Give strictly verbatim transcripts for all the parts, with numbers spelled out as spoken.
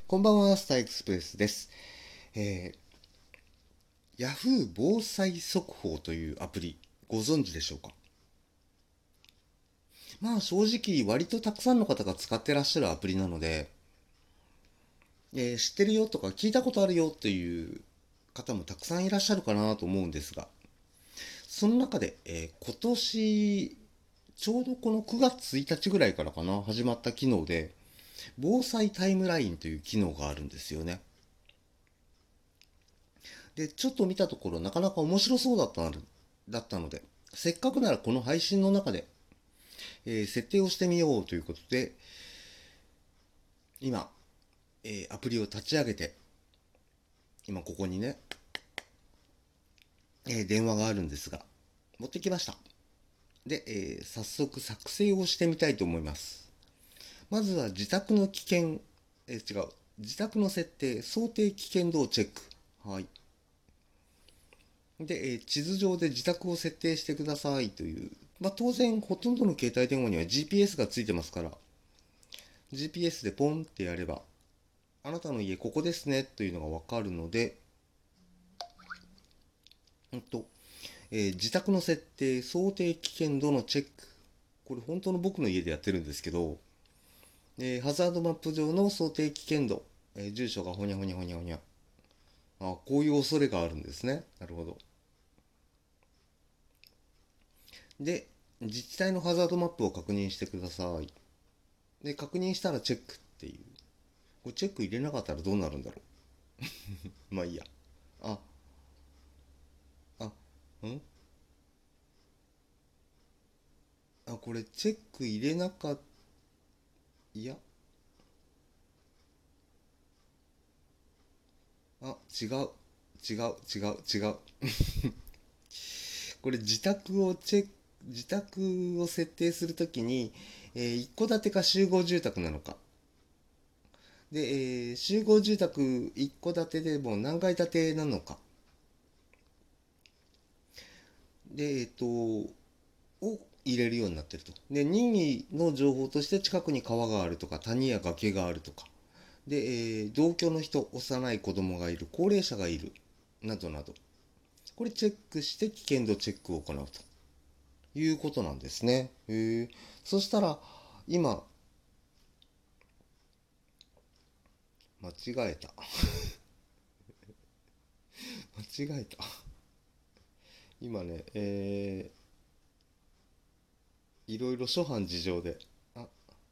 こんばんは、スターエクスプレスです。えー、Yahoo 防災速報というアプリ、ご存知でしょうか？まあ正直、割とたくさんの方が使ってらっしゃるアプリなので、えー知ってるよとか聞いたことあるよという方もたくさんいらっしゃるかなと思うんですが、その中で、えー今年、ちょうどこのくがつついたちぐらいからかな、始まった機能で、防災タイムラインという機能があるんですよね。で、ちょっと見たところなかなか面白そうだったのだったので、せっかくならこの配信の中で、えー設定をしてみようということで、今、えーアプリを立ち上げて、今ここにね、えー電話があるんですが、持ってきました。で、えー早速作成をしてみたいと思います。まずは自宅の危険、えー違う、自宅の設定、想定危険度をチェック。はい。で、えー地図上で自宅を設定してくださいという、まあ、当然ほとんどの携帯電話には ジーピーエス がついてますから、ジーピーエス でポンってやれば、あなたの家ここですねというのがわかるので、うんと、えー自宅の設定、想定危険度のチェック。これ本当の僕の家でやってるんですけど、えーハザードマップ上の想定危険度、えー住所がほにゃほにゃほにゃほにゃ。あ、こういう恐れがあるんですね。なるほど。で、自治体のハザードマップを確認してください。で、確認したらチェックっていう。これチェック入れなかったらどうなるんだろう。まあいいや。あ、あ、んあ、これチェック入れなかった。いや、あ、違う。違う、違う、違う。これ自宅をチェック、自宅を設定するときに、えー一戸建てか集合住宅なのか。で、えー集合住宅一戸建てでも何階建てなのか。で、えっ、と、を入れるようになってると。で、任意の情報として近くに川があるとか、谷や崖があるとか。で、えー同居の人、幼い子供がいる、高齢者がいる、などなど。これチェックして危険度チェックを行うということなんですね。へえ。そしたら、今、間違えた。間違えた。今ね、えー、いろいろ諸般事情で、あ、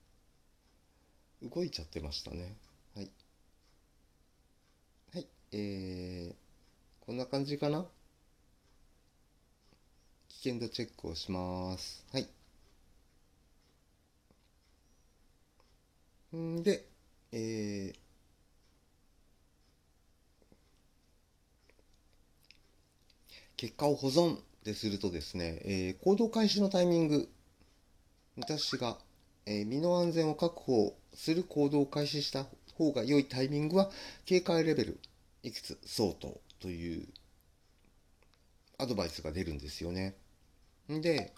動いちゃってましたね。はい。はい。えー、こんな感じかな。危険度チェックをします。はい。んで、えー、結果を保存でするとですね、えー行動開始のタイミング、私が、えー身の安全を確保する行動を開始した方が良いタイミングは、警戒レベルいくつ相当というアドバイスが出るんですよね。で、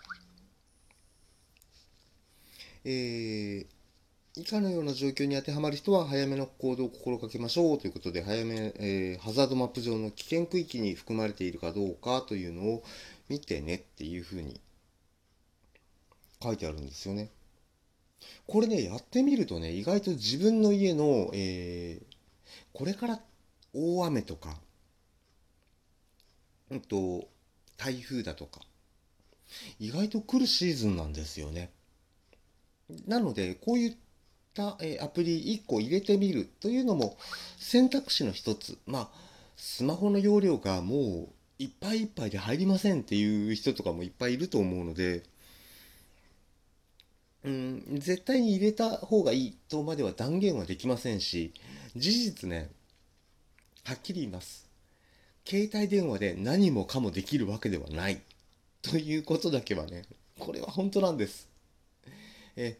えー以下のような状況に当てはまる人は早めの行動を心がけましょうということで、早め、えーハザードマップ上の危険区域に含まれているかどうかというのを見てねっていうふうに書いてあるんですよね。これね、やってみるとね、意外と自分の家の、えーこれから大雨とか、うんと、台風だとか、意外と来るシーズンなんですよね。なので、こういった、えーアプリいっこ入れてみるというのも選択肢の一つ。まあ、スマホの容量がもういっぱいいっぱいで入りませんっていう人とかもいっぱいいると思うので、うん、絶対に入れた方がいいとまでは断言はできませんし、事実ね、はっきり言います。携帯電話で何もかもできるわけではないということだけはね、これは本当なんです。え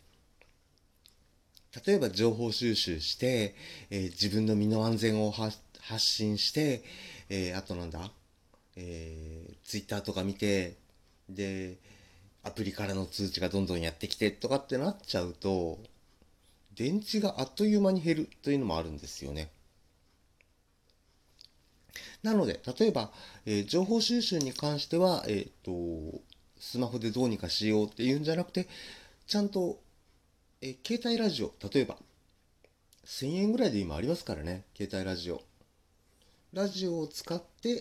例えば情報収集して、えー自分の身の安全を発発信して、えーあとなんだ、えー、ツイッターとか見て、で、アプリからの通知がどんどんやってきてとかってなっちゃうと、 電池があっという間に減るというのもあるんですよね。なので、例えば、えー情報収集に関しては、えっと、スマホでどうにかしようっていうんじゃなくて、ちゃんと、えー携帯ラジオ、例えば、せんえんぐらいで今ありますからね、携帯ラジオ。ラジオを使って、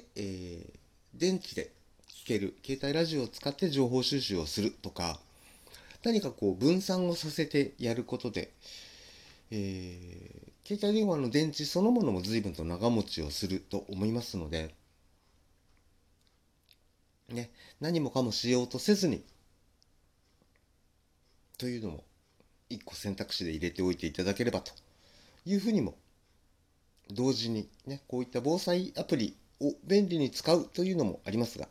えー電池で聞ける、携帯ラジオを使って情報収集をするとか、何かこう分散をさせてやることで、えー携帯電話の電池そのものも随分と長持ちをすると思いますので、ね、何もかもしようとせずにというのも一個選択肢で入れておいていただければというふうにも、同時にね、こういった防災アプリを便利に使うというのもありますが、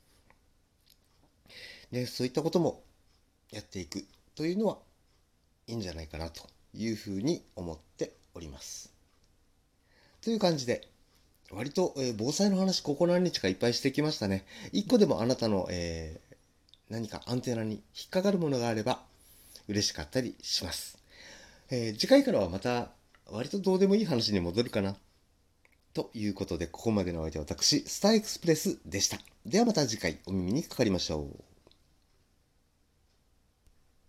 ね、そういったこともやっていくというのはいいんじゃないかなというふうに思っております。という感じで、割と、えー防災の話ここ何日かいっぱいしてきましたね。一個でもあなたの、えー何かアンテナに引っかかるものがあれば嬉しかったりします。えー次回からはまた割とどうでもいい話に戻るかな。ということで、ここまでのお相手は私、スターエクスプレスでした。ではまた次回お耳にかかりましょう。